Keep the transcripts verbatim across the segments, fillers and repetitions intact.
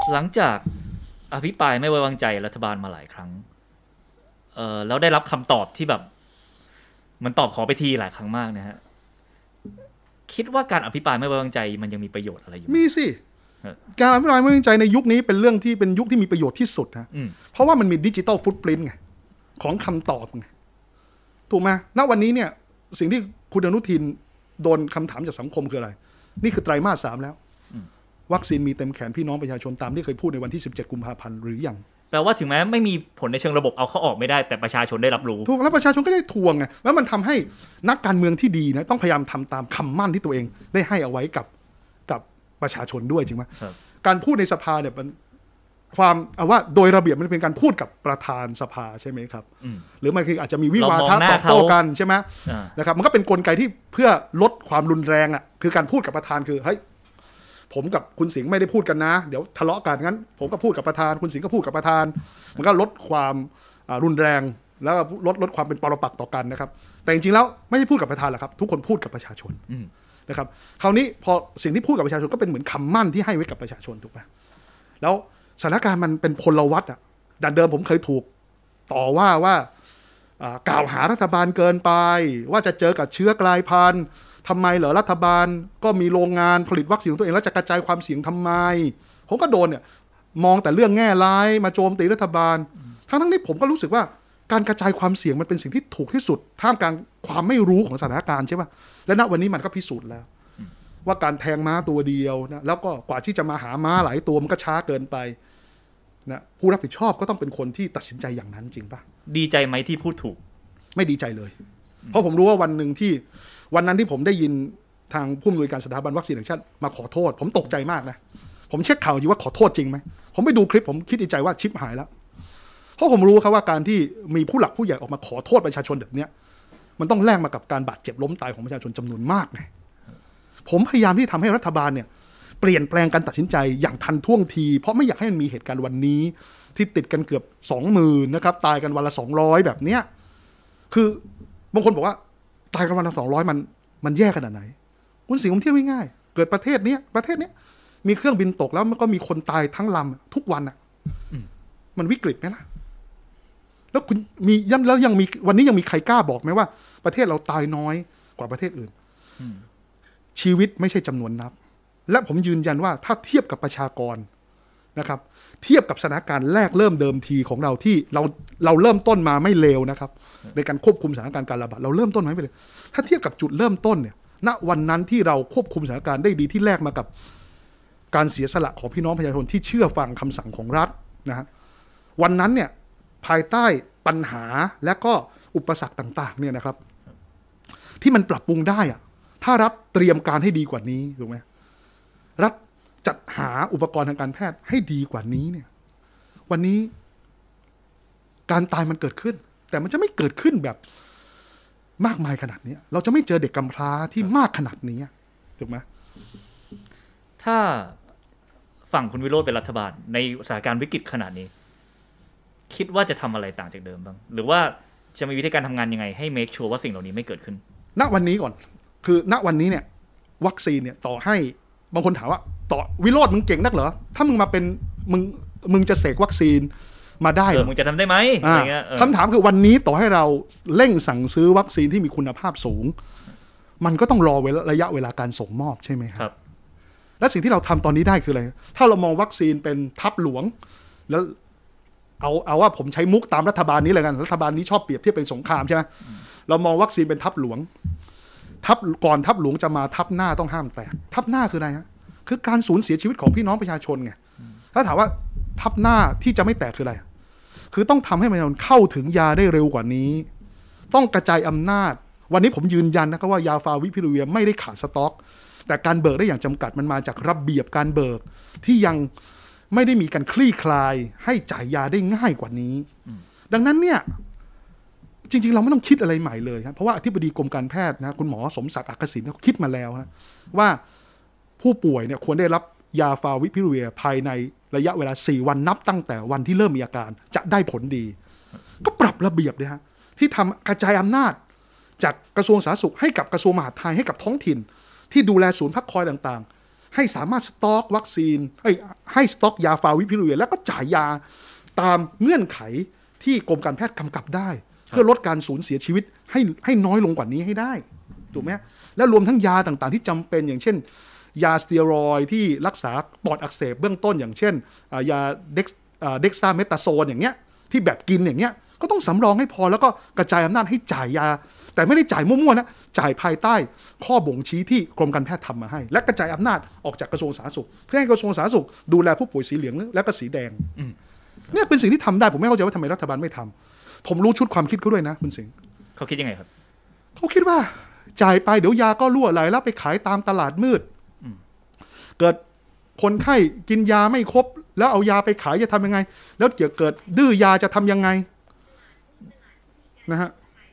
หลังจากอภิปรายไม่ไว้วางใจรัฐบาลมาหลายครั้งเอ่อแล้วได้รับคำตอบที่แบบมันตอบขอไปทีหลายครั้งมากนะฮะคิดว่าการอภิปรายไม่ไว้วางใจมันยังมีประโยชน์อะไรอยู่มีสิการอภิปรายไม่ไว้วางใจในยุคนี้เป็นเรื่องที่เป็นยุคที่มีประโยชน์ที่สุดนะเพราะว่ามันมีดิจิตอลฟุตปรินท์ไงของคำตอบไงถูกไหมณวันนี้เนี่ยสิ่งที่คุณอนุทินโดนคำถามจากสังคมคืออะไรนี่คือไตรมาสสามแล้ววัคซีนมีเต็มแขนพี่น้องประชาชนตามที่เคยพูดในวันที่สิบเจ็ดกุมภาพันธ์หรือยังแปลว่าถึงแม้ไม่มีผลในเชิงระบบเอาเข้าออกไม่ได้แต่ประชาชนได้รับรู้ถูกแล้วประชาชนก็ได้ทวงไงแล้วมันทำให้นักการเมืองที่ดีนะต้องพยายามทำตามคำมั่นที่ตัวเองได้ให้เอาไว้กับกับประชาชนด้วยจริงไหมการพูดในสภาเนี่ยมันความเอาว่าโดยระเบียบมันเป็นการพูดกับประธานสภาใช่ไหมครับหรือมันคืออาจจะมีวิวาทะตอบโต้กันใช่ไหมนะครับมันก็เป็นกลไกที่เพื่อลดความรุนแรงอ่ะคือการพูดกับประธานคือเฮ้ยผมกับคุณสิงห์ไม่ได้พูดกันนะเดี๋ยวทะเลาะกันงั้นผมก็พูดกับประธานคุณสิงห์ก็พูดกับประธานมันก็ลดความรุนแรงแล้วลดลดความเป็นปรปักษ์ต่อกันนะครับแต่จริงๆแล้วไม่ใช่พูดกับประธานหรอกครับทุกคนพูดกับประชาชนนะครับคราวนี้พอสิ่งที่พูดกับประชาชนก็เป็นเหมือนคำมั่นที่ให้ไว้กับประชาชนถูกไหมแล้วสถานการณ์มันเป็นพลวัตอ่ะดังเดิมผมเคยถูกต่อว่าว่ากล่าวหารัฐบาลเกินไปว่าจะเจอกับเชื้อกลายพันธุ์ทำไมเหรอรัฐบาลก็มีโรงงานผลิตวัคซีนของตัวเองแล้วจะกระจายความเสี่ยงทำไมผมก็โดนเนี่ยมองแต่เรื่องแง่ร้ายมาโจมตีรัฐบาลทั้งทั้งนี้ผมก็รู้สึกว่าการกระจายความเสี่ยงมันเป็นสิ่งที่ถูกที่สุดท่ามกลางความไม่รู้ของสถานการณ์ใช่ป่ะและณวันนี้มันก็พิสูจน์แล้วว่าการแทงม้าตัวเดียวนะแล้วก็กว่าที่จะมาหาม้าหลายตัวมันก็ช้าเกินไปนะผู้รับผิดชอบก็ต้องเป็นคนที่ตัดสินใจอย่างนั้นจริงป่ะดีใจไหมที่พูดถูกไม่ดีใจเลยเพราะผมรู้ว่าวันหนึ่งที่วันนั้นที่ผมได้ยินทางผู้อำนวยการสถาบันวัคซีนแห่งชาติมาขอโทษผมตกใจมากนะผมเช็คข่าวอยู่ว่าขอโทษจริงไหมผมไปดูคลิปผมคิดในใจว่าชิปหายแล้วเพราะผมรู้ครับว่าการที่มีผู้หลักผู้ใหญ่ออกมาขอโทษประชาชนแบบนี้มันต้องแลกมากับการบาดเจ็บล้มตายของประชาชนจำนวนมากไงผมพยายามที่ทำให้รัฐบาลเนี่ยเปลี่ยนแปลงการตัดสินใจอย่างทันท่วงทีเพราะไม่อยากให้มันมีเหตุการณ์วันนี้ที่ติดกันเกือบสองหมื่นนะครับตายกันวันละสองร้อยแบบเนี้ยคือบางคนบอกว่าตายกันวันละสองร้อยมันมันแย่ขนาดไหนคุณสิงห์ผมเทียบง่ายๆเกิดประเทศนี้ประเทศนี้มีเครื่องบินตกแล้วมันก็มีคนตายทั้งลำทุกวันอ่ะมันวิกฤตไหมล่ะแล้วคุณมียังแล้วยังมีวันนี้ยังมีใครกล้าบอกไหมว่าประเทศเราตายน้อยกว่าประเทศอื่นชีวิตไม่ใช่จำนวนนับและผมยืนยันว่าถ้าเทียบกับประชากรนะครับเทียบกับสถานการณ์แรกเริ่มเดิมทีของเราที่เราเราเริ่มต้นมาไม่เลวนะครับในการควบคุมสถานการณ์การระบาดเราเริ่มต้นมาไม่เลวถ้าเทียบกับจุดเริ่มต้นเนี่ยณวันนั้นที่เราควบคุมสถานการณ์ได้ดีที่แรกมากับการเสียสละของพี่น้องประชาชนที่เชื่อฟังคำสั่งของรัฐนะฮะวันนั้นเนี่ยภายใต้ปัญหาและก็อุปสรรคต่างๆเนี่ยนะครับที่มันปรับปรุงได้อะถ้ารัฐเตรียมการให้ดีกว่านี้ถูกไหมรัฐจัดหาอุปกรณ์ทางการแพทย์ให้ดีกว่านี้เนี่ยวันนี้การตายมันเกิดขึ้นแต่มันจะไม่เกิดขึ้นแบบมากมายขนาดนี้เราจะไม่เจอเด็กกำพร้าที่มากขนาดนี้ถูกไหมถ้าฝั่งคุณวิโรจน์เป็นรัฐบาลในสถานการณ์วิกฤตขนาดนี้คิดว่าจะทำอะไรต่างจากเดิมบ้างหรือว่าจะมีวิธีการทำงานยังไงให้ make sure ว่าสิ่งเหล่านี้ไม่เกิดขึ้นณวันนี้ก่อนคือณวันนี้เนี่ยวัคซีนเนี่ยต่อให้บางคนถามว่าต่อวิโรจน์มึงเก่งนักเหรอถ้ามึงมาเป็นมึงมึงจะเสกวัคซีนมาได้เหรอมึงจะทำได้ไหมอะไรเงี้ยคำถามคือวันนี้ต่อให้เราเร่งสั่งซื้อวัคซีนที่มีคุณภาพสูงมันก็ต้องรอระยะเวลาการส่งมอบใช่ไหมครับและสิ่งที่เราทำตอนนี้ได้คืออะไรถ้าเรามองวัคซีนเป็นทัพหลวงแล้วเอาเอาว่าผมใช้มุกตามรัฐบาลนี้เลยกันรัฐบาลนี้ชอบเปรียบเทียบเป็นสงครามใช่ไหมเรามองวัคซีนเป็นทัพหลวงทัพก่อนทัพหลวงจะมาทัพหน้าต้องห้ามแตกทัพหน้าคืออะไรฮะคือการสูญเสียชีวิตของพี่น้องประชาชนไงถ้าถามว่าทัพหน้าที่จะไม่แตกคืออะไรคือต้องทำให้ประชาชนเข้าถึงยาได้เร็วกว่านี้ต้องกระจายอำนาจวันนี้ผมยืนยันนะครับว่ายาฟาวิพิราเวียไม่ได้ขาดสต็อกแต่การเบิกได้อย่างจำกัดมันมาจากระเบียบการเบิกที่ยังไม่ได้มีการคลี่คลายให้จ่ายยาได้ง่ายกว่านี้ดังนั้นเนี่ยจริงๆเราไม่ต้องคิดอะไรใหม่เลยครับเพราะว่าอธิบดีกรมการแพทย์นะคุณหมอสมศักดิ์อักษิณเขาคิดมาแล้วนะว่าผู้ป่วยเนี่ยควรได้รับยาฟาวิพิราเวียภายในระยะเวลาสี่วันนับตั้งแต่วันที่เริ่มมีอาการจะได้ผลดีก็ปรับระเบียบเลยฮะที่ทำกระจายอำนาจจากกระทรวงสาธารณสุขให้กับกระทรวงมหาดไทยให้กับท้องถิ่นที่ดูแลศูนย์พักคอยต่างๆให้สามารถสต็อกวัคซีนให้ให้สต็อกยาฟาวิพิราเวียแล้วก็จ่ายยาตามเงื่อนไขที่กรมการแพทย์กำกับได้เพื่อลดการสูญเสียชีวิตให้ให้น้อยลงกว่านี้ให้ได้ถูกไหมและรวมทั้งยาต่างๆที่จำเป็นอย่างเช่นยาสเตียรอยด์ที่รักษาปอดอักเสบเบื้องต้นอย่างเช่นยาเด็กเด็กซาเมตาโซนอย่างเงี้ยที่แบบกินอย่างเงี้ยก็ต้องสำรองให้พอแล้วก็กระจายอำนาจให้จ่ายยาแต่ไม่ได้จ่ายมั่วๆนะจ่ายภายใต้ข้อบ่งชี้ที่กรมการแพทย์ทำมาให้และกระจายอำนาจออกจากกระทรวงสาธารณสุขเพื่อให้กระทรวงสาธารณสุขดูแลผู้ป่วยสีเหลืองและก็สีแดงเนี่ยเป็นสิ่งที่ทำได้ผมไม่เข้าใจว่าทำไมรัฐบาลไม่ทำผมรู้ชุดความคิดเขาด้วยนะคุณสิงห์เขาคิดยังไงครับเขาคิดว่าจ่ายไปเดี๋ยวยาก็รั่วไหลแล้วไปขายตามตลาดมืดเกิดคนไข้กินยาไม่ครบแล้วเอายาไปขายจะทำยังไงแล้วเกิดดื้อยาจะทำยังไงนะฮะ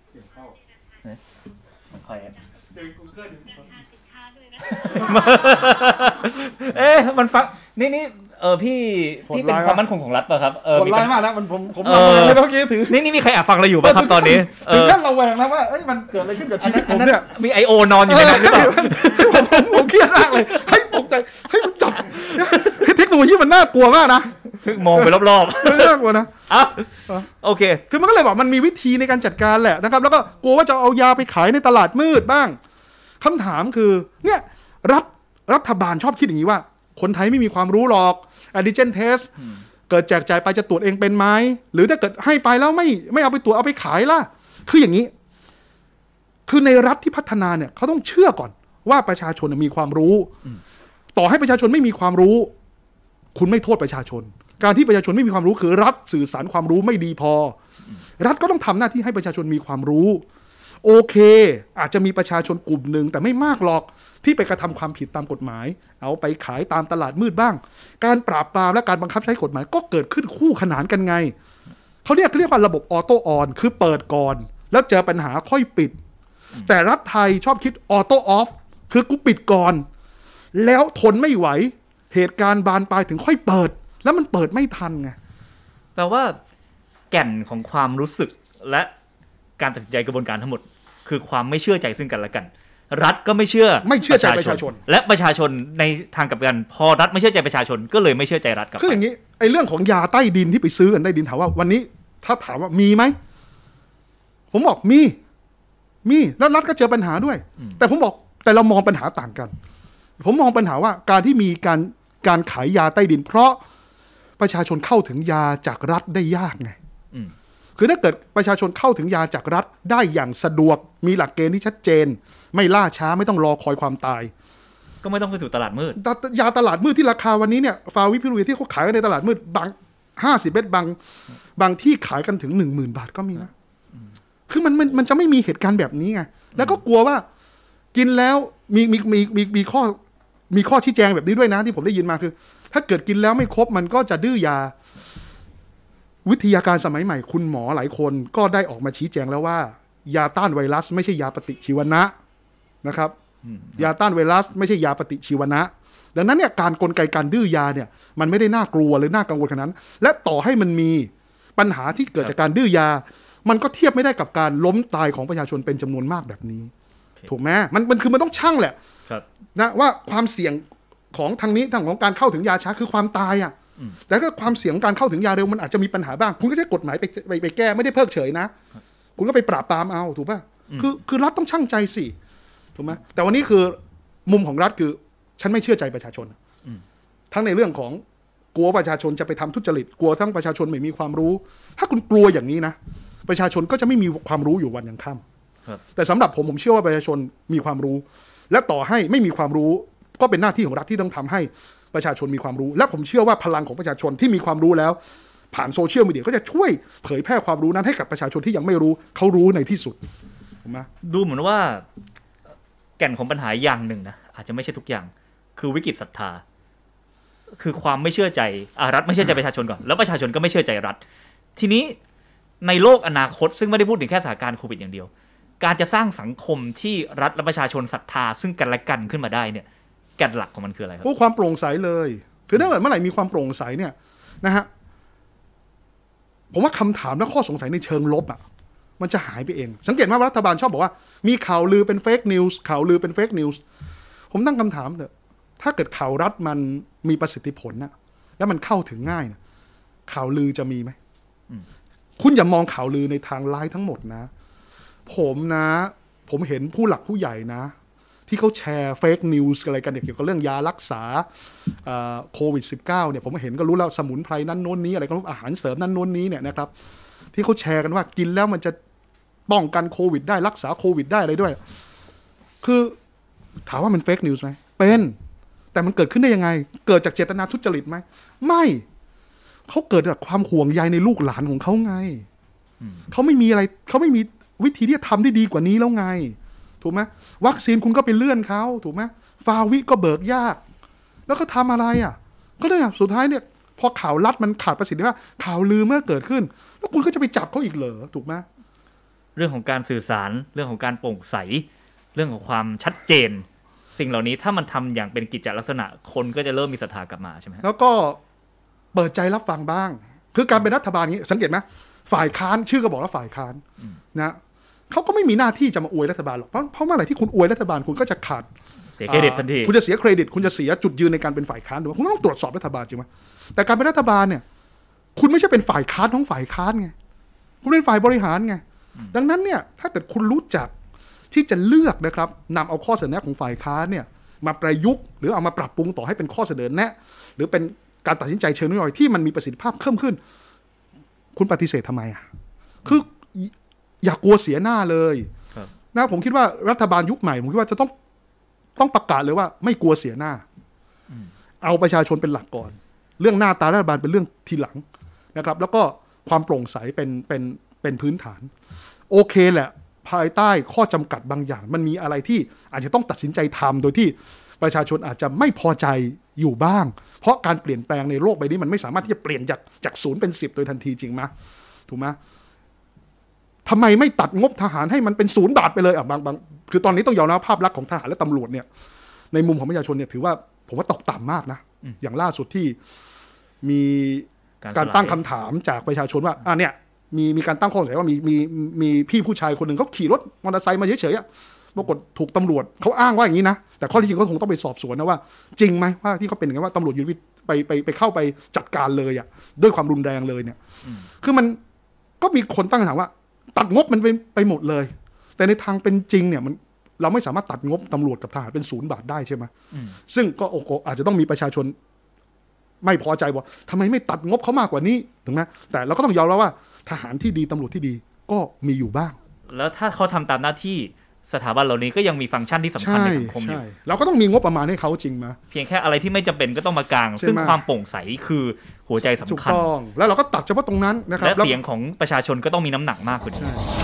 เอ๊ะมันฟังนี่นี่เออพี่พี่เป็นความมั่นคงของรัฐป่ะครับเออคนร้ายมากนะมันผมผมเออเมื่อกี้ถือนี่นี่มีใครแอบฟังเราอยู่ป่ะครับตอนนี้ถึงขั้นระแวงนะว่าเอ้ยมันเกิดอะไรขึ้นกับชีวิตผมเนี่ยมีไอโอนอนอยู่ในนั้นหรือเปล่าผมผมเครียดมากเลยให้ตกใจให้มันจับเทคโนโลยีมันน่ากลัวมากนะมองไปรอบๆน่ากลัวนะอ่ะโอเคคือมันก็เลยบอกมันมีวิธีในการจัดการแหละนะครับแล้วก็กลัวว่าจะเอายาไปขายในตลาดมืดบ้างคำถามคือเนี่ยรัฐรัฐบาลชอบคิดอย่างนี้ว่าคนไทยไม่มีความรู้หรอกแอนติเจนเทสเกิดแจกจ่ายไปจะตรวจเองเป็นไหมหรือถ้าเกิดให้ไปแล้วไม่ไม่เอาไปตรวจเอาไปขายล่ะคืออย่างนี้คือในรัฐที่พัฒนาเนี่ยเขาต้องเชื่อก่อนว่าประชาชนมีความรู้ต่อให้ประชาชนไม่มีความรู้คุณไม่โทษประชาชนการที่ประชาชนไม่มีความรู้คือรัฐสื่อสารความรู้ไม่ดีพอรัฐก็ต้องทำหน้าที่ให้ประชาชนมีความรู้โอเคอาจจะมีประชาชนกลุ่มหนึ่งแต่ไม่มากหรอกที่ไปกระทำความผิดตามกฎหมายเอาไปขายตามตลาดมืดบ้างการปราบปรามและการบังคับใช้กฎหมายก็เกิดขึ้นคู่ขนานกันไงเขาเรียกเรียกว่าระบบออโต้ออนคือเปิดก่อนแล้วเจอปัญหาค่อยปิดแต่รัฐไทยชอบคิดออโต้ออฟคือกูปิดก่อนแล้วทนไม่ไหวเหตุการณ์บานปลายถึงค่อยเปิดแล้วมันเปิดไม่ทันไงแปลว่าแก่นของความรู้สึกและการตัดสินใจกระบวนการทั้งหมดคือความไม่เชื่อใจซึ่งกันและกันรัฐก็ไม่เชื่อไม่เชื่อใจประชาชนและประชาชนในทางกลับกันพอรัฐไม่เชื่อใจประชาชนก็เลยไม่เชื่อใจรัฐกับคืออย่างนี้ไอ้เรื่องของยาใต้ดินที่ไปซื้อกันใต้ดินถามว่าวันนี้ถ้าถามว่ามีไหมผมบอกมีมีแล้วรัฐก็เจอปัญหาด้วยแต่ผมบอกแต่เรามองปัญหาต่างกันผมมองปัญหาว่าการที่มีการการขายยาใต้ดินเพราะประชาชนเข้าถึงยาจากรัฐได้ยากไงคือถ้าเกิดประชาชนเข้าถึงยาจากรัฐได้อย่างสะดวกมีหลักเกณฑ์ที่ชัดเจนไม่ล่าช้าไม่ต้องรอคอยความตายก็ไม่ต้องไปสู่ตลาดมืดยาตลาดมืดที่ราคาวันนี้เนี่ยฟาวิพิราเวียที่เขาขายกันในตลาดมืดบางห้าสิบเม็ดบางบางที่ขายกันถึงหนึ่งหมื่นบาทก็มีนะคือมันมันมันจะไม่มีเหตุการณ์แบบนี้ไงแล้วก็กลัวว่ากินแล้วมีมีมีมีมีข้อมีข้อชี้แจงแบบนี้ด้วยนะที่ผมได้ยินมาคือถ้าเกิดกินแล้วไม่ครบมันก็จะดื้อยาวิทยาการสมัยใหม่คุณหมอหลายคนก็ได้ออกมาชี้แจงแล้วว่ายาต้านไวรัสไม่ใช่ยาปฏิชีวนะนะครับยาต้านไวรัสไม่ใช่ยาปฏิชีวนะดังนั้นเนี่ยการกลไกการดื้อยาเนี่ยมันไม่ได้น่ากลัวหรือน่ากังวลขนาดนั้นและต่อให้มันมีปัญหาที่เกิดจากการดื้อยามันก็เทียบไม่ได้กับการล้มตายของประชาชนเป็นจำนวนมากแบบนี้ okay. ถูกไหมมันมันคือมันต้องชั่งแหละนะว่าความเสี่ยงของทางนี้ทางของการเข้าถึงยาช้าคือความตายอ่ะแต่ก็ความเสี่ยงการเข้าถึงยาเร็วมันอาจจะมีปัญหาบ้างคุณก็ใช้กฎหมายไปไปไปแก้ไม่ได้เพิกเฉยนะคุณก็ไปปราบปรามเอาถูกป่ะคือคือรัฐต้องชั่งใจสิถูกไหมแต่วันนี้คือมุมของรัฐคือฉันไม่เชื่อใจประชาชนทั้งในเรื่องของกลัวประชาชนจะไปทำทุจริตกลัวทั้งประชาชนไม่มีความรู้ถ้าคุณกลัวอย่างนี้นะประชาชนก็จะไม่มีความรู้อยู่วันยังค่ำแต่สำหรับผมผมเชื่อว่าประชาชนมีความรู้และต่อให้ไม่มีความรู้ก็เป็นหน้าที่ของรัฐที่ต้องทำให้ประชาชนมีความรู้และผมเชื่อว่าพลังของประชาชนที่มีความรู้แล้วผ่านโซเชียลมีเดียก็จะช่วยเผยแพร่ความรู้นั้นให้กับประชาชนที่ยังไม่รู้เขารู้ในที่สุดถูกไหมดูเหมือนว่าแก่นของปัญหาอย่างหนึ่งนะอาจจะไม่ใช่ทุกอย่างคือวิกฤตศรัทธาคือความไม่เชื่อใจรัฐไม่เชื่อใจประชาชนก่อนแล้วประชาชนก็ไม่เชื่อใจรัฐทีนี้ในโลกอนาคตซึ่งไม่ได้พูดถึงแค่สถานการณ์โควิดอย่างเดียวการจะสร้างสังคมที่รัฐและประชาชนศรัทธาซึ่งกันและกันขึ้นมาได้เนี่ยแก่นหลักของมันคืออะไรครับพวกความโปร่งใสเลยคือถ้าเกิดเมื่อไหร่มีความโปร่งใสเนี่ยนะฮะผมว่าคำถามและข้อสงสัยในเชิงลบอ่ะมันจะหายไปเองสังเกตไหมว่ารัฐบาลชอบบอกว่ามีข่าวลือเป็นเฟกนิวส์ข่าวลือเป็นเฟกนิวส์ผมตั้งคำถามเถอะถ้าเกิดข่าวรัฐมันมีประสิทธิผลนะแล้วมันเข้าถึงง่ายนะข่าวลือจะมีไหมคุณอย่ามองข่าวลือในทางร้ายทั้งหมดนะผมนะผมเห็นผู้หลักผู้ใหญ่นะที่เขาแชร์เฟกนิวส์อะไรกันเกี่ยวกับเรื่องยารักษาโควิด สิบเก้า เนี่ยผมเห็นก็รู้แล้วสมุนไพรนั้นโน้นนี้อะไรก็อาหารเสริมนั้นโน้นนี้เนี่ยนะครับที่เขาแชร์กันว่ากินแล้วมันจะป้องกันโควิดได้รักษาโควิดได้อะไรด้วยคือถามว่ามันเฟกนิวส์ไหมเป็นแต่มันเกิดขึ้นได้ยังไงเกิดจากเจตนาทุจริตไหมไม่เขาเกิดจากความห่วงใยในลูกหลานของเขาไงเขาไม่มีอะไรเขาไม่มีวิธีที่จะทำได้ดีกว่านี้แล้วไงถูกไหมวัคซีนคุณก็ไปเลื่อนเขาถูกไหมฟาวิก็เบิกยากแล้วก็ทำอะไรอ่ะก็เลยสุดท้ายเนี่ยพอข่าวลัดมันขาดประสิทธิภาพข่าวลือเมื่อเกิดขึ้นแล้วคุณก็จะไปจับเขาอีกเหรอถูกไหมเรื่องของการสื่อสารเรื่องของการโปร่งใสเรื่องของความชัดเจนสิ่งเหล่านี้ถ้ามันทำอย่างเป็นกิจลักษณะคนก็จะเริ่มมีศรัทธากลับมาใช่ไหมแล้วก็เปิดใจรับฟังบ้างคือการเป็นรัฐบาลนี้สังเกตไหมฝ่ายค้านชื่อก็บอกว่าฝ่ายค้านนะเขาก็ไม่มีหน้าที่จะมาอวยรัฐบาลหรอกเพราะเพราะเมื่อไหร่ที่คุณอวยรัฐบาลคุณก็จะขาดเสียเครดิตทันทีคุณจะเสียเครดิตคุณจะเสียจุดยืนในการเป็นฝ่ายค้านด้วยคุณต้องตรวจสอบรัฐบาลจริงไหมแต่การเป็นรัฐบาลเนี่ยคุณไม่ใช่เป็นฝ่ายค้านของฝ่ายค้านไงคุณเป็นฝ่ายบริหารไงดังนั้นเนี่ยถ้าเกิดคุณรู้จักที่จะเลือกนะครับนำเอาข้อเสนอแนะของฝ่ายค้านเนี่ยมาประยุกต์หรือเอามาปรับปรุงต่อให้เป็นข้อเสนอแนะหรือเป็นการตัดสินใจเชิงนโยบายที่มันมีประสิทธิภาพเพิ่มขึ้นคุณปฏิเสธทำไมอ่ะคืออย่ากลัวเสียหน้าเลยนะผมคิดว่ารัฐบาลยุคใหม่ผมคิดว่าจะต้องต้องประกาศเลยว่าไม่กลัวเสียหน้าเอาประชาชนเป็นหลักก่อนเรื่องหน้าตารัฐบาลเป็นเรื่องทีหลังนะครับแล้วก็ความโปร่งใสเป็นเป็นเป็นพื้นฐานโอเคแหละภายใต้ข้อจำกัดบางอย่างมันมีอะไรที่อาจจะต้องตัดสินใจทำโดยที่ประชาชนอาจจะไม่พอใจอยู่บ้างเพราะการเปลี่ยนแปลงในโลกใบนี้มันไม่สามารถที่จะเปลี่ยนจากจากศูนย์เป็นสิบโดยทันทีจริงไหมถูกไหมทำไมไม่ตัดงบทหารให้มันเป็นศูนย์บาทไปเลยอ่ะบางบางคือตอนนี้ต้องยอมรับภาพลักษณ์ของทหารและตำรวจเนี่ยในมุมของประชาชนเนี่ยถือว่าผมว่าตกต่ำมากนะอย่างล่าสุดที่มีการตั้งคำถามจากประชาชนว่าอ่ะเนี่ยมีมีการตั้งข้อสงสัยว่ามีมีมีพี่ผู้ชายคนหนึ่งเขาขี่รถมอเตอร์ไซค์มาเฉยๆอ่ะปรากฏถูกตำรวจเขาอ้างว่าอย่างนี้นะแต่ข้อที่จริงเขาคงต้องไปสอบสวนนะว่าจริงไหมว่าที่เขาเป็นอย่างนี้ว่าตำรวจยุทธวิธีไปไปไปเข้าไปจัดการเลยอ่ะด้วยความรุนแรงเลยเนี่ยคือมันก็มีคนตั้งคำถามว่าตัดงบมันไปไปหมดเลยแต่ในทางเป็นจริงเนี่ยมันเราไม่สามารถตัดงบตำรวจกับทหารเป็นศูนย์บาทได้ใช่ไหมซึ่งก็โอ้โหอาจจะต้องมีประชาชนไม่พอใจว่าทำไมไม่ตัดงบเขามากกว่านี้ถูกไหมแต่เราก็ต้องยอมรับว่าทหารที่ดีตำรวจที่ดีก็มีอยู่บ้างแล้วถ้าเขาทำตามหน้าที่สถาบันเหล่านี้ก็ยังมีฟังก์ชันที่สำคัญในสังคมอยู่เราก็ต้องมีงบประมาณให้เขาจริงไหมเพียงแค่อะไรที่ไม่จำเป็นก็ต้องมากางซึ่งความโปร่งใสคือหัวใจสำคัญถูกต้องแล้วเราก็ตัดเฉพาะตรงนั้นนะครับและเสียงของประชาชนก็ต้องมีน้ำหนักมากกว่านี้